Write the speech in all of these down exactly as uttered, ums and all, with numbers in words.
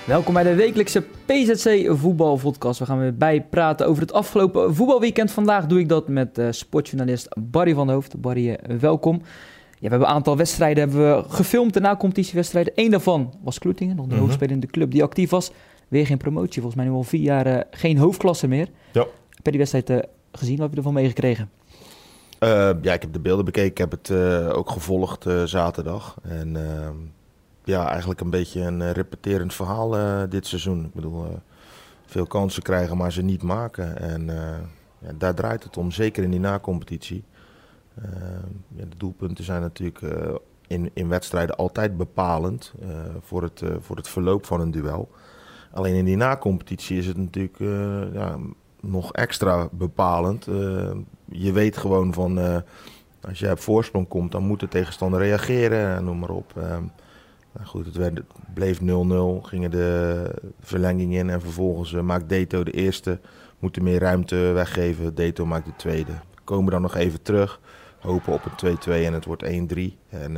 Welkom bij de wekelijkse P Z C voetbalpodcast. We gaan weer bijpraten over het afgelopen voetbalweekend. Vandaag doe ik dat met uh, sportjournalist Barry van der Hoofd. Barry, uh, welkom. Ja, we hebben een aantal wedstrijden hebben we gefilmd, de na-competitiewedstrijden. Eén daarvan was Kloetingen, nog de mm-hmm. hoogspelende club die actief was. Weer geen promotie, volgens mij nu al vier jaar uh, geen hoofdklasse meer. Ja. Heb je die wedstrijd uh, gezien? Wat heb je ervan meegekregen? Uh, ja, ik heb de beelden bekeken. Ik heb het uh, ook gevolgd uh, zaterdag. En uh, ja, eigenlijk een beetje een uh, repeterend verhaal uh, dit seizoen. Ik bedoel, uh, veel kansen krijgen, maar ze niet maken. En uh, ja, daar draait het om, zeker in die na-competitie. Uh, ja, de doelpunten zijn natuurlijk uh, in, in wedstrijden altijd bepalend uh, voor, het, uh, voor het verloop van een duel. Alleen in die na-competitie is het natuurlijk uh, ja, nog extra bepalend. Uh, je weet gewoon van, uh, als je op voorsprong komt, dan moet de tegenstander reageren, noem maar op. Uh, nou goed, het, werd, het bleef nul nul, gingen de verlenging in en vervolgens uh, maakt Deto de eerste. Moeten meer ruimte weggeven, Deto maakt de tweede. We komen dan nog even terug, hopen op een twee twee en het wordt één drie. En uh,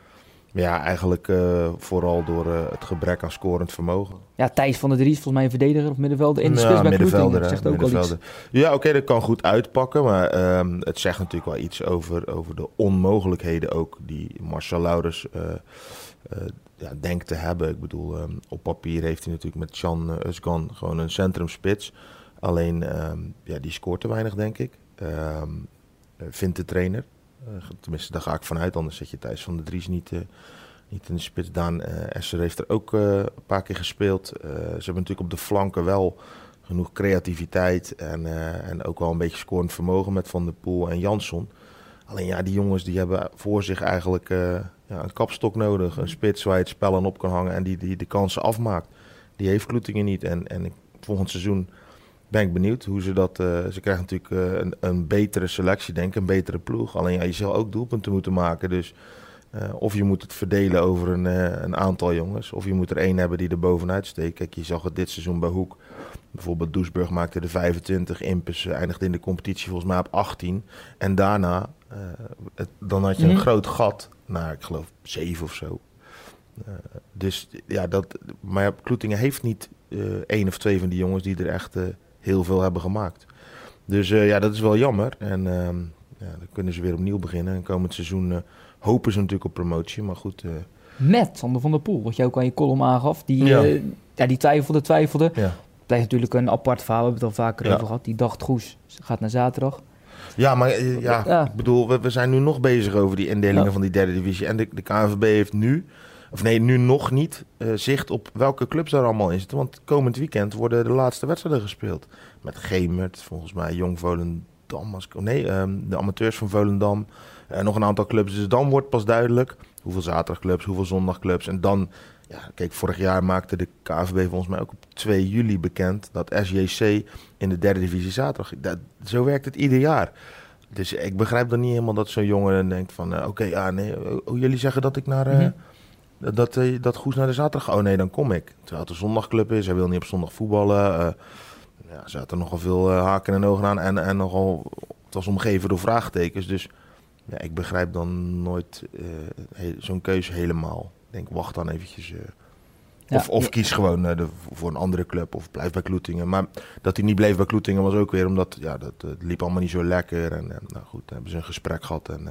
ja, eigenlijk uh, vooral door uh, het gebrek aan scorend vermogen. Ja, Thijs van der Dries, volgens mij een verdediger of middenvelder in de spits ja, bij Kloetingen. Dat zegt ook al iets. Ja, oké, okay, dat kan goed uitpakken, maar um, het zegt natuurlijk wel iets over, over de onmogelijkheden ook die Marcel Lourens uh, uh, ja, denkt te hebben. Ik bedoel, um, op papier heeft hij natuurlijk met Can uh, Özcan gewoon een centrumspits. Alleen, um, ja, die scoort te weinig, denk ik. Um, vindt de trainer. Uh, tenminste, daar ga ik vanuit, anders zet je Thijs van der Dries niet, uh, niet in de spits. Daan uh, Esser heeft er ook uh, een paar keer gespeeld. Uh, ze hebben natuurlijk op de flanken wel genoeg creativiteit en, uh, en ook wel een beetje scorend vermogen met Van der Poel en Jansson. Alleen ja, die jongens die hebben voor zich eigenlijk uh, ja, een kapstok nodig. Een spits waar je het spel aan op kan hangen en die, die de kansen afmaakt. Die heeft Kloetingen niet. En, en ik, volgend seizoen ben ik benieuwd hoe ze dat... Uh, ze krijgen natuurlijk uh, een, een betere selectie, denk ik, een betere ploeg. Alleen ja, je zal ook doelpunten moeten maken. Dus uh, of je moet het verdelen over een, uh, een aantal jongens. Of je moet er één hebben die er bovenuit steekt. Kijk, je zag het dit seizoen bij Hoek. Bijvoorbeeld Doesburg maakte er vijfentwintig. Impus uh, eindigde in de competitie volgens mij op achttien. En daarna, uh, het, dan had je mm-hmm. een groot gat naar, ik geloof, zeven of zo. Uh, dus ja, dat... Maar ja, Kloetingen heeft niet uh, één of twee van die jongens die er echt... Uh, heel veel hebben gemaakt. Dus uh, ja, dat is wel jammer. En uh, ja, dan kunnen ze weer opnieuw beginnen. En komend seizoen uh, hopen ze natuurlijk op promotie. Maar goed... Uh... Met Sander van der Poel, wat je ook aan je column aangaf. Die, ja. Uh, ja, die twijfelde, twijfelde. Ja. Blijft natuurlijk een apart verhaal. We hebben het al vaker ja. over gehad. Die dacht, Goes gaat naar zaterdag. Ja, maar uh, ja, ja. ik bedoel, we, we zijn nu nog bezig over die indelingen ja. van die derde divisie. En de, de K N V B heeft nu... Of nee, nu nog niet uh, zicht op welke clubs daar allemaal in zitten. Want komend weekend worden de laatste wedstrijden gespeeld. Met Gemert, volgens mij Jong Volendam. Als, nee, um, de amateurs van Volendam. En uh, nog een aantal clubs. Dus dan wordt pas duidelijk hoeveel zaterdagclubs, hoeveel zondagclubs. En dan, ja, kijk, vorig jaar maakte de K N V B volgens mij ook op twee juli bekend... dat S J C in de derde divisie zaterdag... Dat, zo werkt het ieder jaar. Dus ik begrijp dan niet helemaal dat zo'n jongen denkt van... Uh, Oké, okay, ja, nee, hoe jullie zeggen dat ik naar... Uh, mm-hmm. Dat, uh, dat Goes naar de zaterdag... Oh nee, dan kom ik. Terwijl het een zondagclub is. Hij wil niet op zondag voetballen. Uh, ja, er zaten nogal veel uh, haken en ogen aan. En, en nogal... Het was omgeven door vraagtekens. Dus ja, ik begrijp dan nooit uh, he, zo'n keuze helemaal. Ik denk, wacht dan eventjes. Uh, ja, of, of ja. kies gewoon uh, de, voor een andere club. Of blijf bij Kloetingen. Maar dat hij niet bleef bij Kloetingen was ook weer omdat... Ja, dat, het liep allemaal niet zo lekker. En uh, nou goed, hebben ze een gesprek gehad. En... Uh,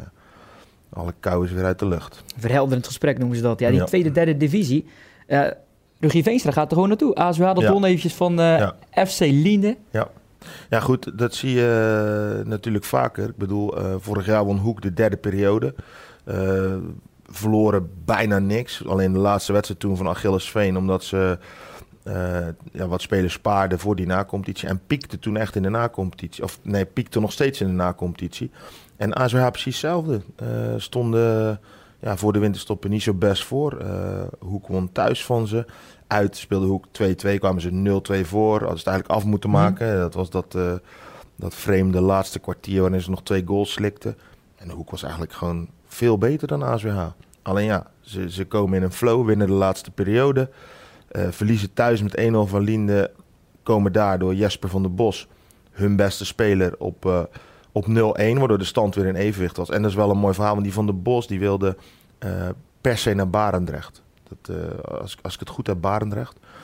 alle kou is weer uit de lucht. Verhelderend gesprek noemen ze dat. Ja, die ja. tweede, derde divisie. Uh, Regie Veenstra gaat er gewoon naartoe. A S W H, dat ja. won eventjes van uh, ja. F C Liende. Ja. ja, goed, dat zie je uh, natuurlijk vaker. Ik bedoel, uh, vorig jaar won Hoek de derde periode. Uh, verloren bijna niks. Alleen de laatste wedstrijd toen van Achillesveen, omdat ze uh, ja, wat spelers spaarden voor die nacompetitie. En piekte toen echt in de nacompetitie. Of nee, piekte nog steeds in de nacompetitie. En A S W H precies hetzelfde. Uh, stonden ja, voor de winterstoppen niet zo best voor. Uh, Hoek won thuis van ze. Uit speelde Hoek twee twee, kwamen ze nul twee voor. Hadden ze het eigenlijk af moeten maken. Mm. Dat was dat, uh, dat vreemde laatste kwartier waarin ze nog twee goals slikten. En de Hoek was eigenlijk gewoon veel beter dan A S W H. Alleen ja, ze, ze komen in een flow, winnen de laatste periode. Uh, verliezen thuis met één nul van Liende. Komen daardoor Jesper van der Bos, hun beste speler, op... Uh, Op nul één, waardoor de stand weer in evenwicht was. En dat is wel een mooi verhaal, want die Van der Bos die wilde uh, per se naar Barendrecht. Dat, uh, als, als ik het goed heb, Barendrecht.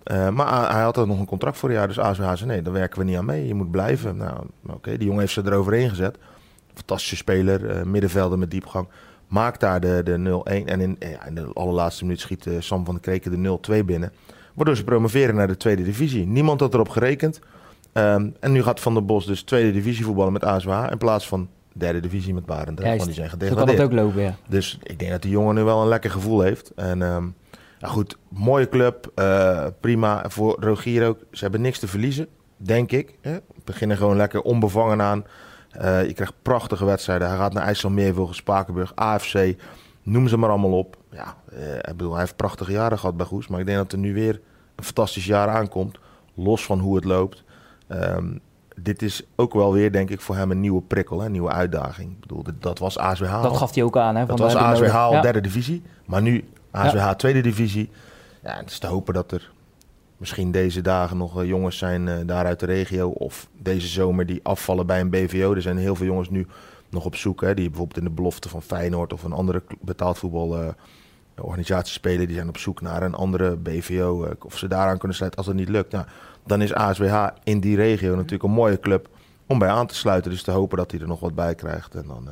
Uh, maar hij had ook nog een contract voor een jaar. Dus A S W H zei, nee, daar werken we niet aan mee. Je moet blijven. Nou, oké, okay, die jongen heeft ze eroverheen gezet. Fantastische speler, uh, middenvelder met diepgang. Maakt daar de, de nul-een. En in, ja, in de allerlaatste minuut schiet uh, Sam van der Kreken de nul-twee binnen. Waardoor ze promoveren naar de tweede divisie. Niemand had erop gerekend. Um, en nu gaat Van der Bos dus tweede divisie voetballen met A S W H. In plaats van derde divisie met Barendrecht. Want die zijn gedegradeerd. Zo kan het ook lopen, ja. Dus ik denk dat die jongen nu wel een lekker gevoel heeft. En um, ja, goed, mooie club. Uh, prima. Voor Rogier ook. Ze hebben niks te verliezen, denk ik. Hè? Beginnen gewoon lekker onbevangen aan. Uh, je krijgt prachtige wedstrijden. Hij gaat naar IJsselmeerville, Spakenburg, A F C. Noem ze maar allemaal op. Ja, uh, ik bedoel, hij heeft prachtige jaren gehad bij Goes. Maar ik denk dat er nu weer een fantastisch jaar aankomt. Los van hoe het loopt. Um, dit is ook wel weer, denk ik, voor hem een nieuwe prikkel. Hè? Een nieuwe uitdaging. Ik bedoel, dat was A S W H. Dat gaf hij ook aan. Hè, dat was A S W H al ja. derde divisie. Maar nu A S W H ja. tweede divisie. Ja, het is te hopen dat er misschien deze dagen nog uh, jongens zijn uh, daar uit de regio. Of deze zomer die afvallen bij een B V O. Er zijn heel veel jongens nu nog op zoek. Hè, die bijvoorbeeld in de belofte van Feyenoord of een andere betaald voetbal uh, organisatie spelen. Die zijn op zoek naar een andere B V O. Uh, of ze daaraan kunnen sluiten als dat niet lukt. Nou, dan is A S W H in die regio natuurlijk een mooie club om bij aan te sluiten. Dus te hopen dat hij er nog wat bij krijgt. En dan uh,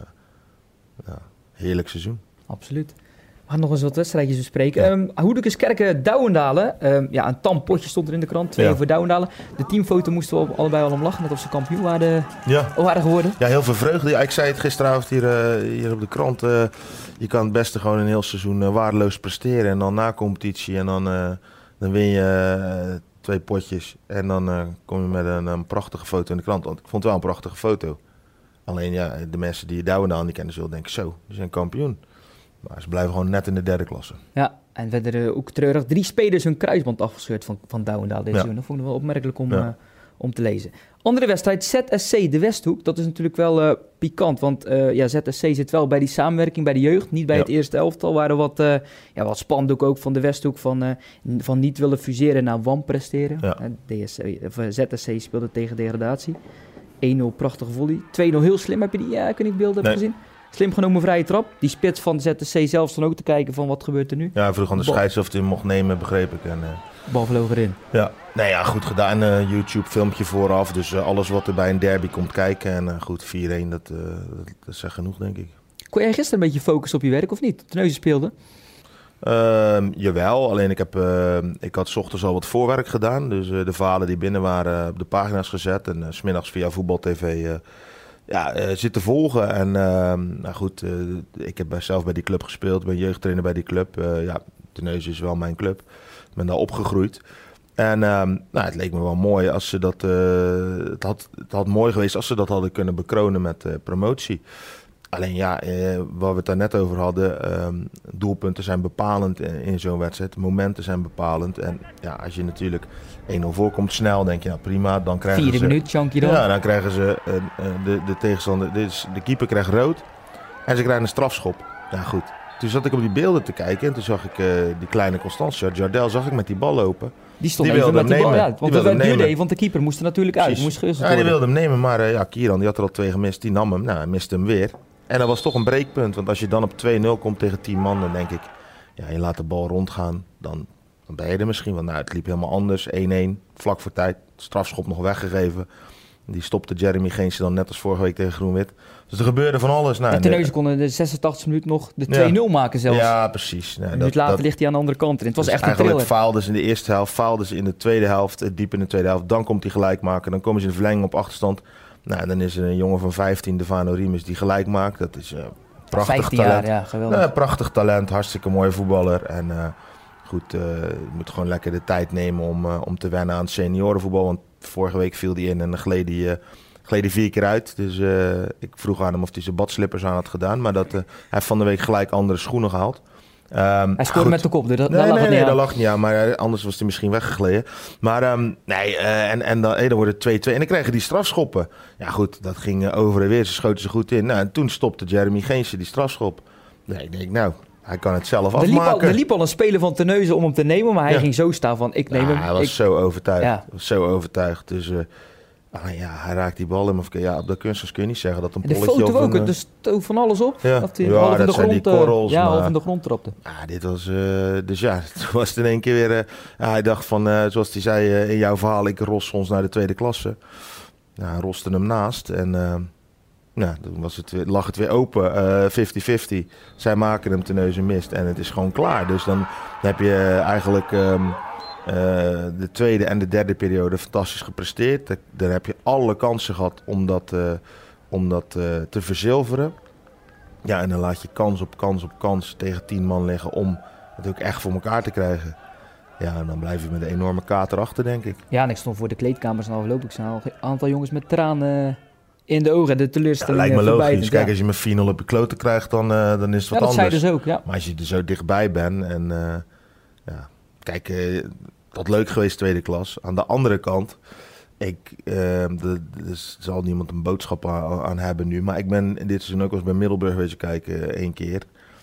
ja, heerlijk seizoen. Absoluut. We gaan nog eens wat wedstrijdjes bespreken. Ja. Um, Hoedekes Kerken, Douwendalen. Um, ja, een tam potje stond er in de krant. Twee ja. voor Douwendalen. De teamfoto moesten we allebei al om lachen. Net of ze kampioen waren, ja. waren geworden. Ja, heel veel vreugde. Ja, ik zei het gisteravond hier, uh, hier op de krant. Uh, je kan het beste gewoon een heel seizoen uh, waardeloos presteren. En dan na competitie. En dan, uh, dan win je uh, twee potjes. En dan uh, kom je met een, een prachtige foto in de krant. Want ik vond het wel een prachtige foto. Alleen ja, de mensen die Douwendalen niet kennen zullen denken zo, die zijn kampioen. Maar ze blijven gewoon net in de derde klasse. Ja, en verder uh, ook treurig. Drie spelers hun kruisband afgescheurd van, van Douwendaal deze ja. seizoen. Dat vond ik wel opmerkelijk om, ja. uh, om te lezen. Andere wedstrijd, Z S C de Westhoek. Dat is natuurlijk wel uh, pikant. Want uh, ja, Z S C zit wel bij die samenwerking bij de jeugd. Niet bij ja. het eerste elftal. Waren wat, uh, ja, wat spandoek ook van de Westhoek. Van, uh, van niet willen fuseren naar W A M presteren. Ja. Uh, D S C, of, uh, Z S C speelde tegen degradatie. één nul prachtige volley. twee nul heel slim. Heb je die ja, kun ik beelden nee. gezien? Slim genomen vrije trap. Die spits van Z S C zelf stond ook te kijken van wat gebeurt er nu. Ja, vroeg aan de scheids of hij hem mocht nemen, begreep ik. En, uh... bal vloog erin. Ja, nee, ja, goed gedaan. Uh, YouTube filmpje vooraf. Dus uh, alles wat er bij een derby komt kijken. En uh, goed, vier-een, dat, uh, dat, dat is genoeg, denk ik. Kon jij gisteren een beetje focussen op je werk of niet? Terneuzen speelde? Uh, jawel, alleen ik, heb, uh, ik had 's ochtends al wat voorwerk gedaan. Dus uh, de verhalen die binnen waren op de pagina's gezet. En uh, 's middags via Voetbal T V... Uh, Ja, uh, zitten volgen. En uh, nou goed, uh, ik heb zelf bij die club gespeeld. Ik ben jeugdtrainer bij die club. Uh, ja, Terneuzen is wel mijn club. Ik ben daar opgegroeid. En uh, nou, het leek me wel mooi als ze dat... Uh, het, had, het had mooi geweest als ze dat hadden kunnen bekronen met uh, promotie. Alleen ja, uh, waar we het daar net over hadden... Uh, doelpunten zijn bepalend in, in zo'n wedstrijd. Momenten zijn bepalend. En ja, als je natuurlijk één nul voorkomt snel, denk je nou prima. Dan krijgen Vierde ze, minuut, Chunky dan. Ja, dan krijgen ze uh, uh, de, de tegenstander... De, de keeper krijgt rood. En ze krijgen een strafschop. Ja, goed. Toen zat ik op die beelden te kijken. En toen zag ik uh, die kleine Constantia, Jardel, zag ik met die bal lopen. Die stond die even met die bal, ja. Want dat duurde even, want de keeper moest er natuurlijk uit. Moest ja, die wilde hem nemen, maar uh, ja, Kieran die had er al twee gemist. Die nam hem, nou, hij miste hem weer. En dat was toch een breekpunt. Want als je dan op twee nul komt tegen tien man, dan denk ik... Ja, je laat de bal rondgaan, dan, dan ben je er misschien. Want nou, het liep helemaal anders. één-één, vlak voor tijd, strafschop nog weggegeven. Die stopte Jeremy Geense dan net als vorige week tegen Groen-Wit. Dus er gebeurde van alles. Nou, en Terneuzen kon in de zesentachtigste minuut nog de twee nul ja. maken zelfs. Ja, precies. Nee, een minuut later dat, ligt hij aan de andere kant erin. Het was dus echt een eigenlijk thriller. Faalden ze in de eerste helft, faalden ze in de tweede helft, diep in de tweede helft. Dan komt hij gelijk maken. Dan komen ze in de verlenging op achterstand. Nou, en dan is er een jongen van vijftien, Devano Riemes, die gelijk maakt. Dat is uh, prachtig vijftien talent. Jaar, ja, geweldig. Nou, prachtig talent, hartstikke mooie voetballer. En uh, goed, uh, je moet gewoon lekker de tijd nemen om, uh, om te wennen aan het seniorenvoetbal. Want vorige week viel hij in en dan gleed hij... Uh, gleed hij vier keer uit. Dus uh, ik vroeg aan hem of hij zijn badslippers aan had gedaan. Maar dat, uh, hij heeft van de week gelijk andere schoenen gehaald. Um, hij scoorde goed. Met de kop, dus dat, nee, daar lag nee, het niet nee, aan. dat lag niet aan. Maar uh, anders was hij misschien weggegleden. Maar um, nee, uh, en, en dan, hey, dan wordt het twee-twee. En dan krijgen die strafschoppen. Ja goed, dat ging uh, over en weer. Ze schoten ze goed in. Nou, en toen stopte Jeremy Geense die strafschop. Nee, ik denk nou... Hij kan het zelf er afmaken. Liep al, er liep al een speler van Terneuzen om hem te nemen. Maar hij ja. ging zo staan van ik neem nou, hem. Hij was ik... zo overtuigd. Ja. Was zo overtuigd. Dus... Uh, Ah, ja, hij raakt die bal helemaal verkeerd. Ja, op de kunstgras kun je niet zeggen dat een En de polletje foto of ook, een... er stoof van alles op. Ja, Dat hij ja half in dat de zijn grond, die eh, korrels. ja, maar... half in de grond trapte. Ja, dit was... Uh, dus ja, toen was het in één keer weer... Uh, ja, hij dacht van, uh, zoals hij zei uh, in jouw verhaal, ik ros ons naar de tweede klasse. Ja, hij roste hem naast en... Uh, ja, toen was het weer, lag het weer open, vijftig vijftig. Zij maken hem ten neus en mist en het is gewoon klaar. Dus dan heb je uh, eigenlijk... Um, Uh, de tweede en de derde periode fantastisch gepresteerd. Daar, daar heb je alle kansen gehad om dat, uh, om dat uh, te verzilveren. Ja, en dan laat je kans op kans op kans tegen tien man liggen om het ook echt voor elkaar te krijgen. Ja, en dan blijf je met een enorme kater achter, denk ik. Ja, en ik stond voor de kleedkamers en afloop. Ik zag een aantal jongens met tranen in de ogen. De teleurstelling. Ja, lijkt me voorbij. logisch. Kijk, ja. Als je met vier nul op je kloten krijgt, dan, uh, dan is het wat ja, dat anders. zei dus ook, ja. Maar als je er zo dichtbij bent en... Uh, ja, kijk... Uh, Dat leuk geweest, tweede klas. Aan de andere kant, ik, uh, er zal niemand een boodschap aan, aan hebben nu. Maar ik ben dit seizoen ook wel eens bij Middelburg wezen kijken, één keer.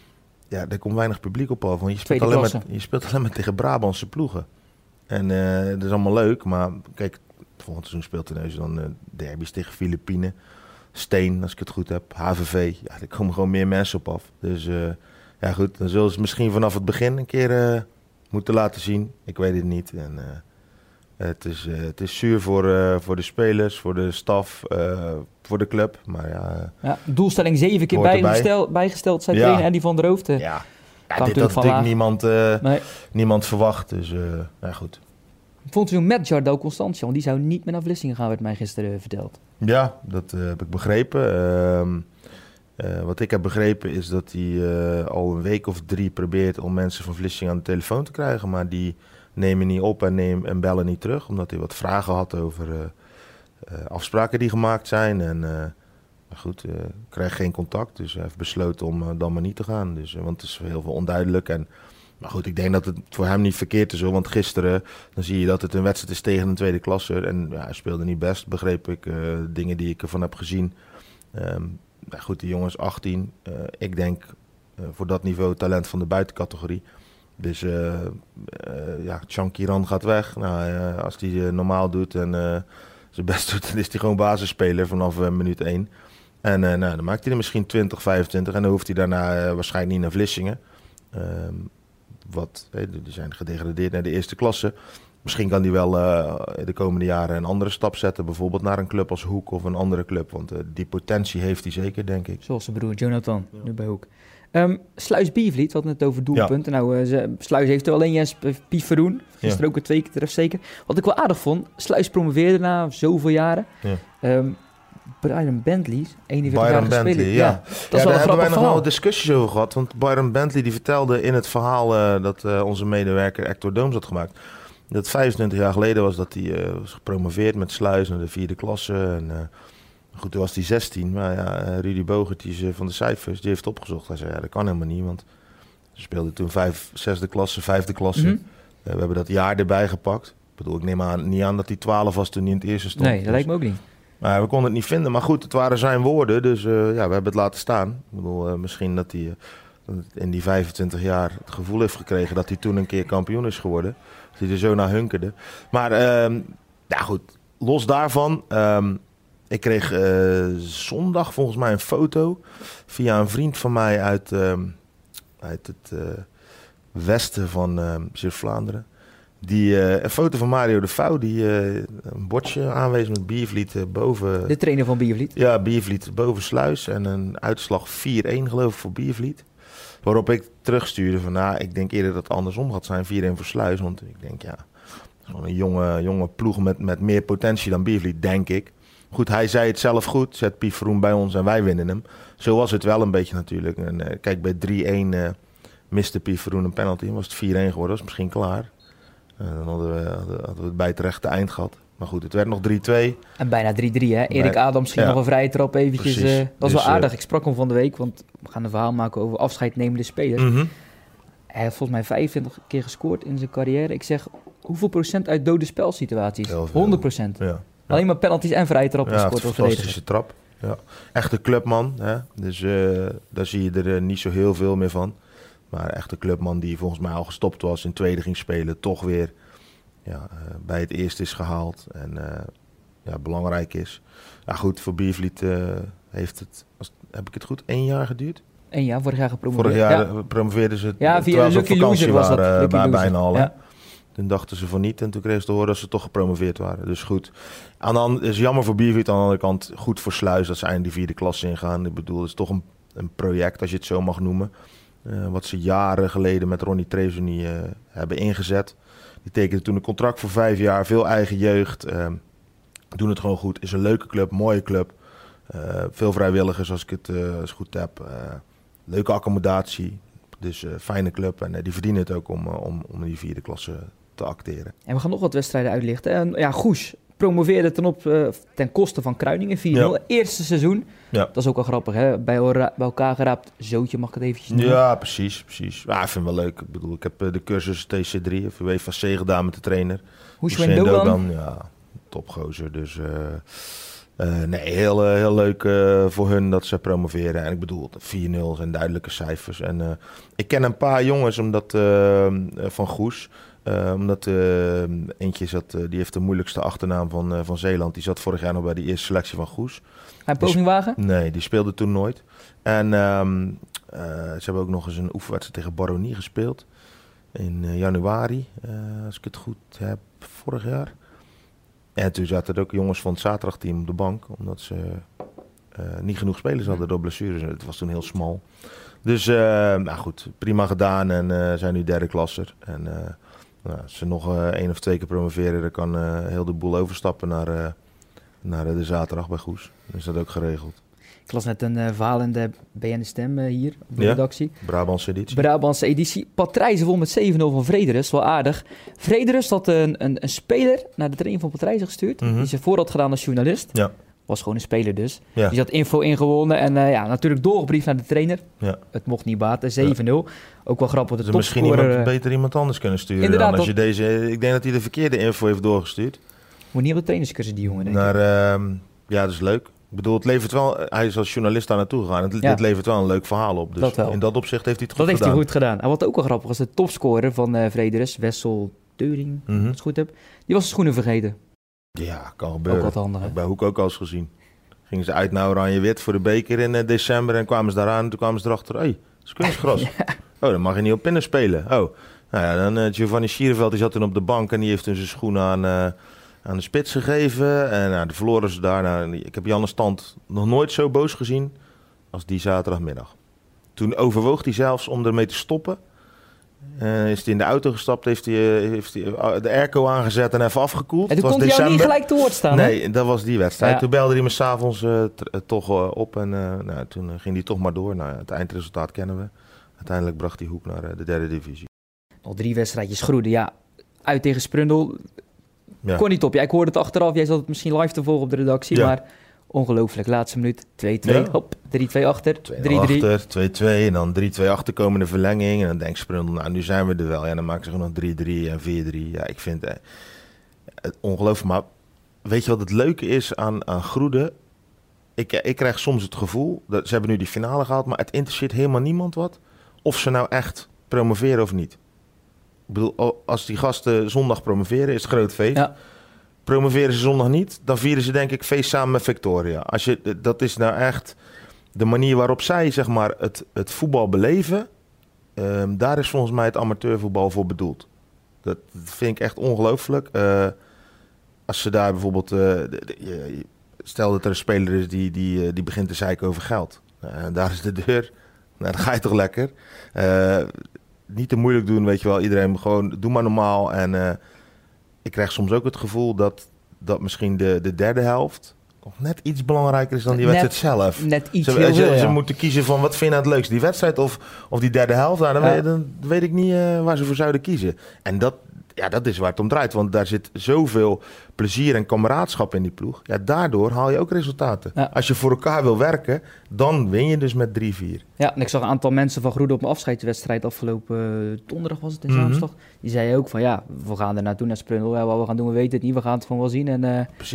Ja, er komt weinig publiek op af. Want je speelt, alleen met, je speelt alleen maar tegen Brabantse ploegen. En uh, dat is allemaal leuk. Maar kijk, volgend seizoen speelt Terneuzen dan uh, derbies tegen Filipijnen. Steen, als ik het goed heb. H V V. Ja, er komen gewoon meer mensen op af. Dus uh, ja goed, dan zullen ze misschien vanaf het begin een keer... Uh, moeten laten zien. Ik weet het niet. En, uh, het, is, uh, het is zuur voor, uh, voor de spelers, voor de staf, uh, voor de club. Maar ja, uh, ja, doelstelling zeven keer bijgesteld, bijgesteld zijn ja. trainer en die van der Hoofd. Uh, ja, ja dit had natuurlijk niemand, uh, nee. niemand verwacht. Dus uh, ja, goed. Vond u met Jardel Constantia, want die zou niet meer naar Vlissingen gaan, werd mij gisteren uh, verteld. Ja, dat uh, heb ik begrepen. Uh, Uh, wat ik heb begrepen is dat hij uh, al een week of drie probeert om mensen van Vlissingen aan de telefoon te krijgen. Maar die nemen niet op en, nemen, en bellen niet terug. Omdat hij wat vragen had over uh, uh, afspraken die gemaakt zijn. En uh, maar goed, uh, krijgt geen contact. Dus hij heeft besloten om uh, dan maar niet te gaan. Dus, uh, want het is heel veel onduidelijk. En, maar goed, ik denk dat het voor hem niet verkeerd is hoor. Want gisteren dan zie je dat het een wedstrijd is tegen een tweede klasser. En ja, hij speelde niet best, begreep ik. Uh, dingen die ik ervan heb gezien. Um, Nou goed, die jongen is achttien. Uh, ik denk uh, voor dat niveau talent van de buitencategorie. Dus uh, uh, ja, Chankiran gaat weg. Nou, uh, als hij uh, normaal doet en uh, zijn best doet, dan is hij gewoon basisspeler vanaf uh, minuut één. En uh, nou, dan maakt hij er misschien twintig, vijfentwintig en dan hoeft hij daarna uh, waarschijnlijk niet naar Vlissingen. Uh, wat, hey, die zijn gedegradeerd naar de eerste klasse. Misschien kan hij wel uh, de komende jaren een andere stap zetten. Bijvoorbeeld naar een club als Hoek of een andere club. Want uh, die potentie heeft hij zeker, denk ik. Zoals zijn broer Jonathan, ja. Nu bij Hoek. Um, Sluis Biervliet, we hadden het over doelpunten. Ja. Nou, uh, ze, Sluis heeft er alleen Jens Pieferoen. Gisteren ja. ook twee keer terecht zeker. Wat ik wel aardig vond, Sluis promoveerde na zoveel jaren. Ja. Um, Byron Bentley, eenenveertig jaar Bentley, ja. ja. Dat ja, daar hebben wij nog verhaal. wel discussies over gehad. Want Byron Bentley die vertelde in het verhaal uh, dat uh, onze medewerker Hector Dooms had gemaakt. Dat vijfentwintig jaar geleden was dat hij uh, was gepromoveerd met Sluis naar de vierde klasse. En, uh, goed, toen was hij zestien. Maar ja, uh, Rudy Bogert die is, uh, van de Cijfers, die heeft opgezocht. Hij zei, ja, dat kan helemaal niet, want ze speelden toen vijf, zesde klasse, vijfde klasse. Mm-hmm. Uh, we hebben dat jaar erbij gepakt. Ik bedoel, ik neem aan, niet aan dat hij twaalf was toen hij in het eerste stond. Nee, dat dus, lijkt me ook niet. Maar we konden het niet vinden. Maar goed, het waren zijn woorden, dus uh, ja, we hebben het laten staan. Ik bedoel, uh, misschien dat hij uh, in die vijfentwintig jaar het gevoel heeft gekregen dat hij toen een keer kampioen is geworden. Dat hij er zo naar hunkerde. Maar um, ja goed, los daarvan. Um, ik kreeg uh, zondag volgens mij een foto via een vriend van mij uit, um, uit het uh, westen van uh, Zuid-Vlaanderen. Die, uh, een foto van Mario de Vouw, die uh, een bordje aanwees met Biervliet uh, boven... De trainer van Biervliet? Ja, Biervliet boven Sluis en een uitslag vier-één geloof ik voor Biervliet. Waarop ik terugstuurde van, nou, ik denk eerder dat het andersom gaat zijn, vier-één voor Sluis. Want ik denk, ja, gewoon een jonge, jonge ploeg met, met meer potentie dan Biervliet, denk ik. Goed, hij zei het zelf goed, zet Piet Vroen bij ons en wij winnen hem. Zo was het wel een beetje natuurlijk. En, uh, kijk, bij drie-één uh, miste Piet Vroen een penalty, was het vier-één geworden, was misschien klaar. Uh, dan hadden we, hadden, hadden we het bij het rechte eind gehad. Maar goed, het werd nog drie-twee. En bijna drie-drie, hè? Erik Adams ging ja. nog een vrije trap eventjes. Uh, dat was dus, wel aardig. Ik sprak hem van de week, want we gaan een verhaal maken over afscheidnemende spelers. Mm-hmm. Hij heeft volgens mij vijfentwintig keer gescoord in zijn carrière. Ik zeg, hoeveel procent uit dode spelsituaties? honderd procent. Ja. Ja. Alleen maar penalties en vrije trappen ja, gescoord. Een fantastische trap. Ja. Echte clubman. Hè? Dus uh, daar zie je er uh, niet zo heel veel meer van. Maar echt een clubman die volgens mij al gestopt was, in tweede ging spelen, toch weer ja, uh, bij het eerste is gehaald. En uh, ja, belangrijk is. Ja, goed, voor Biervliet uh, heeft het, als, heb ik het goed, één jaar geduurd? Eén jaar, vorig jaar gepromoveerd. Vorig jaar ja. promoveerden ze ja, via terwijl ze op Lucky vakantie Loser was dat. waren Lucky bij, Loser. bijna allen. Ja. Toen dachten ze van niet en toen kregen ze te horen dat ze toch gepromoveerd waren. Dus goed. Aan de andere, is jammer voor Biervliet, aan de andere kant goed voor Sluis dat ze eindelijk die vierde klasse ingaan. Ik bedoel, het is toch een, een project, als je het zo mag noemen. Uh, wat ze jaren geleden met Ronnie Trezoni uh, hebben ingezet. Die tekende toen een contract voor vijf jaar, veel eigen jeugd. Uh, doen het gewoon goed. Is een leuke club, mooie club. Uh, veel vrijwilligers als ik het uh, als goed heb. Uh, leuke accommodatie. Dus uh, fijne club. En uh, die verdienen het ook om, uh, om, om in die vierde klasse te acteren. En we gaan nog wat wedstrijden uitlichten. En ja, Goes promoveerde ten, op, uh, ten koste van Kruiningen vier nul. Ja. Eerste seizoen. Ja. Dat is ook wel grappig, hè? Bij, ora- bij elkaar geraapt zootje, mag ik het eventjes noemen? Ja, precies. precies. Ja, ik vind het wel leuk. Ik bedoel, ik heb uh, de cursus T C drie, of UEFA C gedaan met de trainer. Houssouin Dogan? Ja, topgozer. Dus uh, uh, nee, heel, uh, heel leuk uh, voor hun dat ze promoveren. En ik bedoel, vier nul zijn duidelijke cijfers. En uh, ik ken een paar jongens omdat, uh, van Goes. Uh, omdat uh, eentje zat, uh, die heeft de moeilijkste achternaam van, uh, van Zeeland. Die zat vorig jaar nog bij de eerste selectie van Goes. Hij poging wagen? Nee, die speelde toen nooit. En um, uh, ze hebben ook nog eens een oefenwedstrijd tegen Baronie gespeeld. In uh, januari, uh, als ik het goed heb, vorig jaar. En toen zaten er ook jongens van het zaterdagteam op de bank. Omdat ze uh, niet genoeg spelers hadden door blessures. Het was toen heel smal. Dus uh, nou goed, prima gedaan. En uh, zijn nu derde klasser. En uh, nou, als ze nog uh, één of twee keer promoveren, dan kan uh, heel de boel overstappen naar... Uh, naar de zaterdag bij Goes. Is dat ook geregeld. Ik las net een uh, verhaal in de B N Stem uh, hier op de ja, redactie. Brabantse editie. Brabantse editie. Patrijzen won met zeven nul van Vrederust. Wel aardig. Vrederust had een, een, een speler naar de training van Patrijzen gestuurd. Mm-hmm. Die ze voor had gedaan als journalist. Ja. Was gewoon een speler dus. Ja. Die had info ingewonnen. En uh, ja, natuurlijk doorgebriefd naar de trainer. Ja. Het mocht niet baten. zeven nul. Ja. Ook wel grappig. De dus misschien iemand, beter iemand anders kunnen sturen. Inderdaad. Dan als je deze, ik denk dat hij de verkeerde info heeft doorgestuurd. Moet niet op de trainerscursus die jongen, denk Naar, uh, ja, dat is leuk. Ik bedoel, het levert wel... Hij is als journalist daar naartoe gegaan. Het, ja. Dit levert wel een leuk verhaal op. Dus dat wel. In dat opzicht heeft hij het goed dat gedaan. Dat heeft hij goed gedaan. En wat ook wel grappig was, de topscorer van uh, Vrederust, Wessel Teuring, mm-hmm. als ik het goed heb, die was de schoenen vergeten. Ja, kan gebeuren. Ook wat handig, hè? Bij Hoek ook al eens gezien. Gingen ze uit naar Oranje Wit voor de beker in uh, december en kwamen ze daaraan. En toen kwamen ze erachter, hé, hey, dat is kunstgras. Ja. Oh, dan mag je niet op pinnen spelen. Oh, nou ja, dan uh, Giovanni Schierenveld, die zat toen op de bank en die heeft toen zijn schoenen aan... Uh, aan de spits gegeven. En nou, de verloren ze daar. Nou, ik heb Janne Stand nog nooit zo boos gezien als die zaterdagmiddag. Toen overwoog hij zelfs om ermee te stoppen. Uh, is hij in de auto gestapt, heeft hij, uh, heeft hij uh, de airco aangezet en even afgekoeld. En toen kon hij jou niet gelijk te woord staan, Nee, hè? Dat was die wedstrijd. Ja. Toen belde hij me s'avonds uh, t- uh, toch uh, op en uh, nou, toen uh, ging hij toch maar door. Nou, het eindresultaat kennen we. Uiteindelijk bracht hij Hoek naar uh, de derde divisie. Al drie wedstrijdjes groeiden, ja. Uit tegen Sprundel... Ja. Kon niet op. Ja, ik hoorde het achteraf. Jij zat het misschien live te volgen op de redactie. Ja. Maar ongelooflijk. Laatste minuut. twee twee. Ja. Hop. drie twee achter. drie drie. Achter. twee twee. En dan drie twee achter komende verlenging. En dan denkt Sprundel, nou nu zijn we er wel. Ja, dan maken ze gewoon nog drie drie en vier drie. Ja, ik vind eh, het ongelooflijk. Maar weet je wat het leuke is aan, aan Groede? Ik, ik krijg soms het gevoel, dat ze hebben nu die finale gehaald. Maar het interesseert helemaal niemand wat. Of ze nou echt promoveren of niet. Ik bedoel, als die gasten zondag promoveren, is het groot feest. Ja. Promoveren ze zondag niet, dan vieren ze denk ik feest samen met Victoria. Als je, dat is nou echt de manier waarop zij zeg maar, het, het voetbal beleven. Um, daar is volgens mij het amateurvoetbal voor bedoeld. Dat, dat vind ik echt ongelooflijk. Uh, als ze daar bijvoorbeeld... Uh, de, de, stel dat er een speler is die, die, die begint te zeiken over geld. Uh, daar is de deur. Nou, dan ga je toch lekker. Uh, Niet te moeilijk doen, weet je wel. Iedereen gewoon, doe maar normaal. En uh, ik krijg soms ook het gevoel dat, dat misschien de, de derde helft nog net iets belangrijker is dan die net, wedstrijd zelf. Net iets Ze, heel ze, veel, ze ja. moeten kiezen van wat vind je nou het leukst, die wedstrijd of, of die derde helft. Nou, dan, ja. weet, dan weet ik niet uh, waar ze voor zouden kiezen. En dat, ja, dat is waar het om draait, want daar zit zoveel plezier en kameraadschap in die ploeg. Ja, daardoor haal je ook resultaten. Ja. Als je voor elkaar wil werken, dan win je dus met drie vier. Ja, en ik zag een aantal mensen van Groede op mijn afscheidswedstrijd afgelopen uh, donderdag was het in mm-hmm. Zaanstad. Die zeiden ook van ja, we gaan er naartoe naar Sprundel. Ja, wat we gaan doen, we weten het niet. We gaan het gewoon wel zien. En, uh, Precies.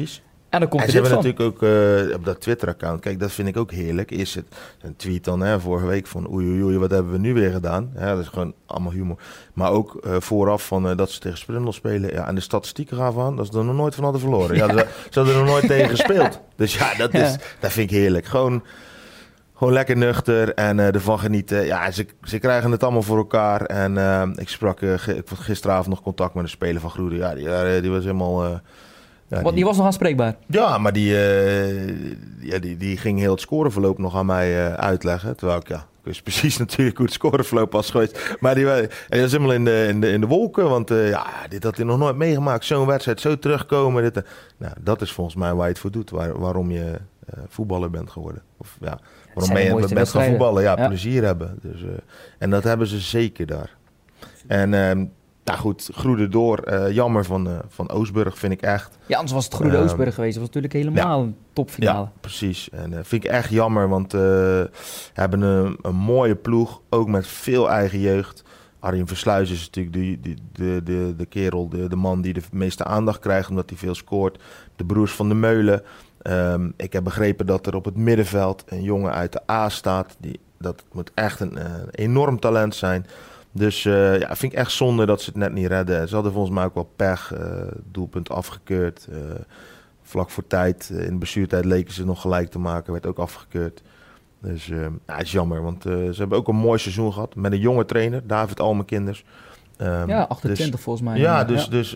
En dan komt en er ze dit hebben van. natuurlijk ook uh, op dat Twitter-account, kijk, dat vind ik ook heerlijk. Is het een tweet dan hè, vorige week van oei, oei, oei, wat hebben we nu weer gedaan? Ja, dat is gewoon allemaal humor. Maar ook uh, vooraf van uh, dat ze tegen Sprindel spelen. Ja, en de statistieken gaven aan dat ze er nog nooit van hadden verloren. Ja, ja ze, ze hadden er nog nooit tegen gespeeld. Dus ja, dat, is, ja. dat vind ik heerlijk. Gewoon, gewoon lekker nuchter en uh, ervan genieten. Ja, ze, ze krijgen het allemaal voor elkaar. En uh, ik sprak uh, g- ik had gisteravond nog contact met een speler van Groede. Ja, die, die was helemaal... Uh, Ja, Want die, die was nog aanspreekbaar? Ja, maar die, uh, ja, die, die ging heel het scoreverloop nog aan mij uh, uitleggen. Terwijl ik, ja, ik wist precies natuurlijk hoe het scoreverloop was geweest. Maar die, en die was helemaal in de, in de, in de wolken. Want uh, ja, dit had hij nog nooit meegemaakt. Zo'n wedstrijd, zo terugkomen. Dit, uh, nou, dat is volgens mij waar je het voor doet. Waar, waarom je uh, voetballer bent geworden. Of ja, waarom ben je bent gaan voetballen. Ja, ja, plezier hebben. Dus, uh, en dat hebben ze zeker daar. En... Uh, Nou goed, Groede door. Uh, jammer van, uh, van Oostburg, vind ik echt. Ja, anders was het Groede uh, Oostburg geweest. Dat was natuurlijk helemaal ja, een topfinale. Ja, precies. En uh, vind ik echt jammer, want uh, we hebben een, een mooie ploeg. Ook met veel eigen jeugd. Arjen Versluis is natuurlijk de, de, de, de, de kerel, de, de man die de meeste aandacht krijgt, omdat hij veel scoort. De broers van de Meulen. Um, ik heb begrepen dat er op het middenveld een jongen uit de A staat. Die, dat moet echt een uh, enorm talent zijn. Dus uh, ja, vind ik echt zonde dat ze het net niet redden. Ze hadden volgens mij ook wel pech. Uh, doelpunt afgekeurd. Uh, vlak voor tijd. Uh, in de bestuurtijd leken ze nog gelijk te maken. Werd ook afgekeurd. Dus uh, ja, het is jammer. Want uh, ze hebben ook een mooi seizoen gehad. Met een jonge trainer. David Almekinders. Um, ja, achtentwintig dus, volgens mij. Ja, dus, ja. dus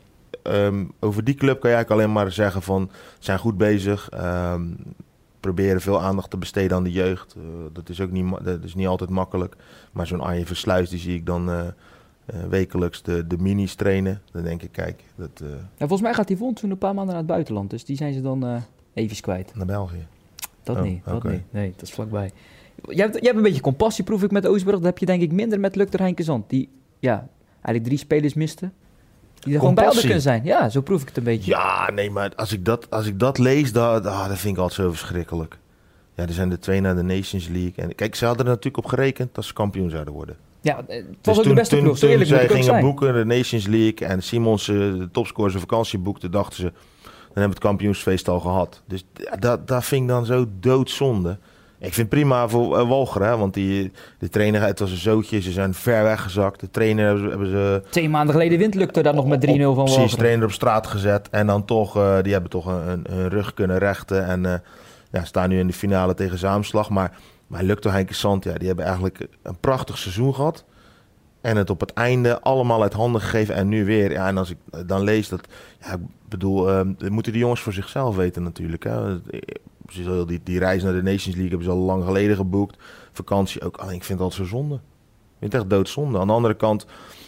um, over die club kan je eigenlijk alleen maar zeggen van... Ze zijn goed bezig. Um, proberen veel aandacht te besteden aan de jeugd. Uh, dat is ook niet, dat is niet altijd makkelijk. Maar zo'n Arjen Versluis, die zie ik dan uh, uh, wekelijks de, de minis trainen. Dan denk ik, kijk... Dat, uh... ja, volgens mij gaat die volgend een paar maanden naar het buitenland. Dus die zijn ze dan uh, even kwijt. Naar België? Dat oh, niet, dat okay. niet. Nee, dat is vlakbij. Jij hebt, jij hebt een beetje compassie, proef ik, met Oostburg. Dat heb je denk ik minder met Lukter Heinkensand. Die ja, eigenlijk drie spelers miste. Die er gewoon bij hadden kunnen zijn. Ja, zo proef ik het een beetje. Ja, nee, maar als ik dat, als ik dat lees, dat, ah, dat vind ik altijd zo verschrikkelijk. Ja, er zijn er twee naar de Nations League. En kijk, ze hadden er natuurlijk op gerekend dat ze kampioen zouden worden. Ja, het was dus ook toen, de beste toen, ploeg. Toen, toen zij gingen zijn. boeken, de Nations League, en Simons de topscorer zijn vakantie boekte, dachten ze, dan hebben we het kampioensfeest al gehad. Dus dat, dat vind ik dan zo doodzonde. Ik vind het prima voor uh, Walcheren, hè, want die, de trainer, het was een zootje, ze zijn ver weggezakt. De trainer hebben, hebben ze... Twee maanden geleden wint Lukter daar nog met drie nul van Walcheren. Precies, trainer op straat gezet en dan toch, uh, die hebben toch een, een, een rug kunnen rechten en uh, ja, staan nu in de finale tegen Zaamslag. Maar, maar Lukter Heinkensand, ja, die hebben eigenlijk een prachtig seizoen gehad. En het op het einde allemaal uit handen gegeven en nu weer. Ja, en als ik dan lees dat, ja, ik bedoel, uh, dat moeten die jongens voor zichzelf weten natuurlijk, hè. Die, die reis naar de Nations League hebben ze al lang geleden geboekt. Vakantie ook. Alleen ik vind het altijd zo zonde. Ik vind het echt doodzonde. Aan de andere kant,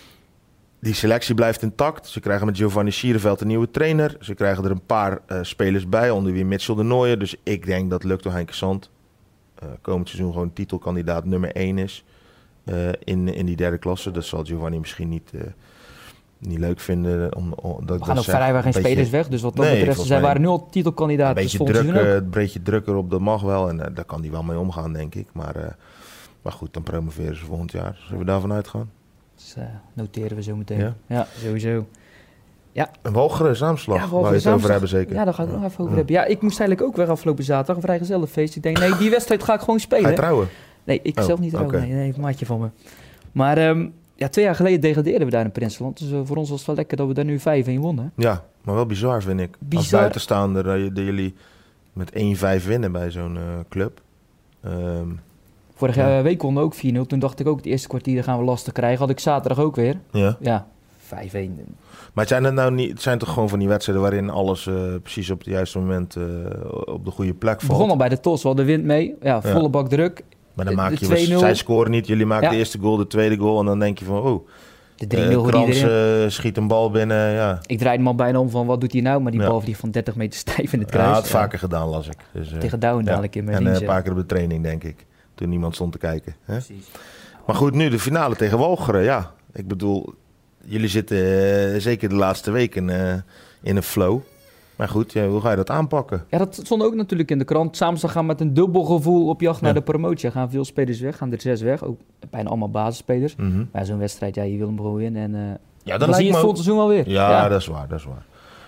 die selectie blijft intact. Ze krijgen met Giovanni Sierenveld een nieuwe trainer. Ze krijgen er een paar uh, spelers bij, onder wie Mitchell de Nooijer. Dus ik denk dat Lukter Heinkensand uh, komend seizoen gewoon titelkandidaat nummer één is. Uh, in, in die derde klasse. Dat zal Giovanni misschien niet... Uh, niet leuk vinden. Om, om, dat we gaan ook vrijwel geen spelers weg. Dus wat dat nee, betreft, zij waren nu al titelkandidaat. Een beetje, druk, uh, een beetje drukker op, dat mag wel. En uh, daar kan hij wel mee omgaan, denk ik. Maar, uh, maar goed, dan promoveren ze volgend jaar. Zullen we daarvan uitgaan? Dus uh, noteren we zo meteen. Ja, ja sowieso. Ja. Een Walcheren Zaamslag, ja, waar we het over hebben zeker. Ja, daar ga ik ja. nog even over ja. hebben. Ja, ik moest eigenlijk ook weer afgelopen zaterdag een vrijgezellenfeest. Ik denk, nee, die wedstrijd ga ik gewoon spelen. Ga je trouwen? Nee, ik oh, zelf niet trouwen. Okay. Nee, nee, een maatje van me. Maar... Um, Ja, twee jaar geleden degradeerden we daar in Prinsenland. Dus uh, voor ons was het wel lekker dat we daar nu vijf een wonnen. Ja, maar wel bizar vind ik. Bizar. Als buitenstaander dat uh, jullie met één vijf winnen bij zo'n uh, club. Um, Vorige ja. week konden we ook vier nul. Toen dacht ik ook, het eerste kwartier gaan we lastig krijgen. Had ik zaterdag ook weer. Ja. Ja, vijf een. Maar het zijn, het nou niet, het zijn toch gewoon van die wedstrijden waarin alles uh, precies op het juiste moment uh, op de goede plek valt? Begon al bij de T O S, we hadden wind mee. Ja, volle ja. bak druk. Maar dan maak je, was, zij scoren niet, jullie maken ja. de eerste goal, de tweede goal en dan denk je van, oh, de drie nul uh, Krans uh, schiet een bal binnen, ja. Ik draaide hem al bijna om van, wat doet hij nou? Maar die ja. bal vliegt van dertig meter stijf in het kruis. Ja, dat had ja. vaker gedaan, las ik. Dus, uh, tegen Douwen dadelijk ja. in mijn En dienst, uh, een paar keer op de training, denk ik, toen niemand stond te kijken. Hè? Precies. Maar goed, nu de finale tegen Walcheren, ja. Ik bedoel, jullie zitten uh, zeker de laatste weken uh, in een flow. Maar goed, ja, hoe ga je dat aanpakken? Ja, dat stond ook natuurlijk in de krant. Samen ze gaan met een dubbel gevoel op jacht ja. naar de promotie. Er gaan veel spelers weg, gaan er zes weg. Ook bijna allemaal basisspelers. Mm-hmm. Maar zo'n wedstrijd, ja, je wil hem gewoon winnen. En uh, ja, dan, dan zie je het volgend seizoen wel weer. Ja, ja, dat is waar, dat is waar.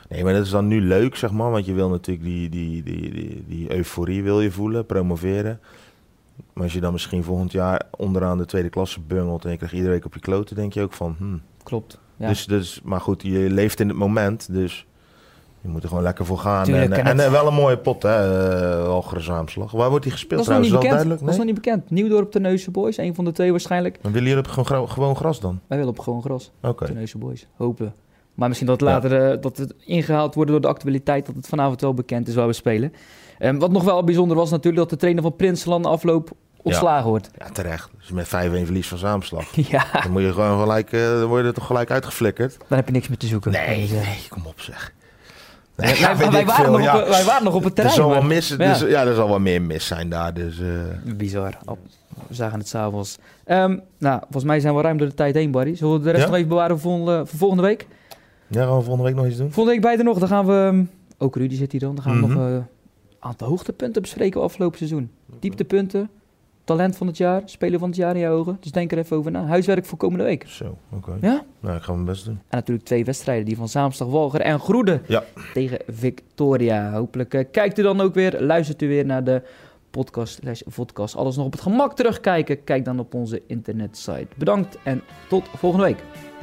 Nee, maar dat is dan nu leuk, zeg maar. Want je wil natuurlijk die, die, die, die, die euforie wil je voelen, promoveren. Maar als je dan misschien volgend jaar onderaan de tweede klasse bungelt... en je krijgt iedere week op je kloten, denk je ook van... Hmm. Klopt. Ja. Dus, dus, maar goed, je leeft in het moment, dus je moet er gewoon lekker voor gaan. Tuurlijk, en, en en, het... en wel een mooie pot, hè, uh, Algerenzaamslag. Waar wordt die gespeeld? Dat is nog niet bekend. Duidelijk? Nee? Dat is nog niet bekend. Nieuwdorp, Terneuzen Boys, een van de twee waarschijnlijk. Maar willen jullie op gewoon, gewoon gras dan? Wij willen op gewoon gras. Oké. Okay. Terneuzen Boys, hopen. Maar misschien dat het later ja. uh, dat het ingehaald wordt door de actualiteit, dat het vanavond wel bekend is waar we spelen. Um, wat nog wel bijzonder was natuurlijk dat de trainer van Prinsenland afloop ontslagen ja. wordt. Ja, terecht. Dus met vijf-een verlies van Zaamslag. ja. Dan moet je gewoon gelijk, uh, dan word je er toch gelijk uitgeflikkerd. Dan heb je niks meer te zoeken. Nee, nee, kom op zeg. Nee, ja, ja, wij, wij, waren veel, ja. op, wij waren nog op het terrein. Er zal wel mis, ja. Dus, ja, er zal wel meer mis zijn daar. Dus, uh... Bizar. Oh, we zagen het s'avonds. Um, nou, volgens mij zijn we ruim door de tijd heen, Barry. Zullen we de rest ja? nog even bewaren voor volgende, voor volgende week? Ja, gaan we volgende week nog iets doen? Volgende week beide nog. Dan gaan we... Ook Rudy zit hier dan. Dan gaan we mm-hmm. nog een uh, aantal hoogtepunten bespreken afgelopen seizoen. Dieptepunten. Talent van het jaar, speler van het jaar in je ogen. Dus denk er even over na. Huiswerk voor komende week. Zo, oké. Okay. Ja? Nou, ik ga mijn best doen. En natuurlijk twee wedstrijden. Die van Zaamstag, Walger en Groede. Ja. Tegen Victoria. Hopelijk uh, kijkt u dan ook weer. Luistert u weer naar de podcast slash vodcast. Alles nog op het gemak terugkijken. Kijk dan op onze internetsite. Bedankt en tot volgende week.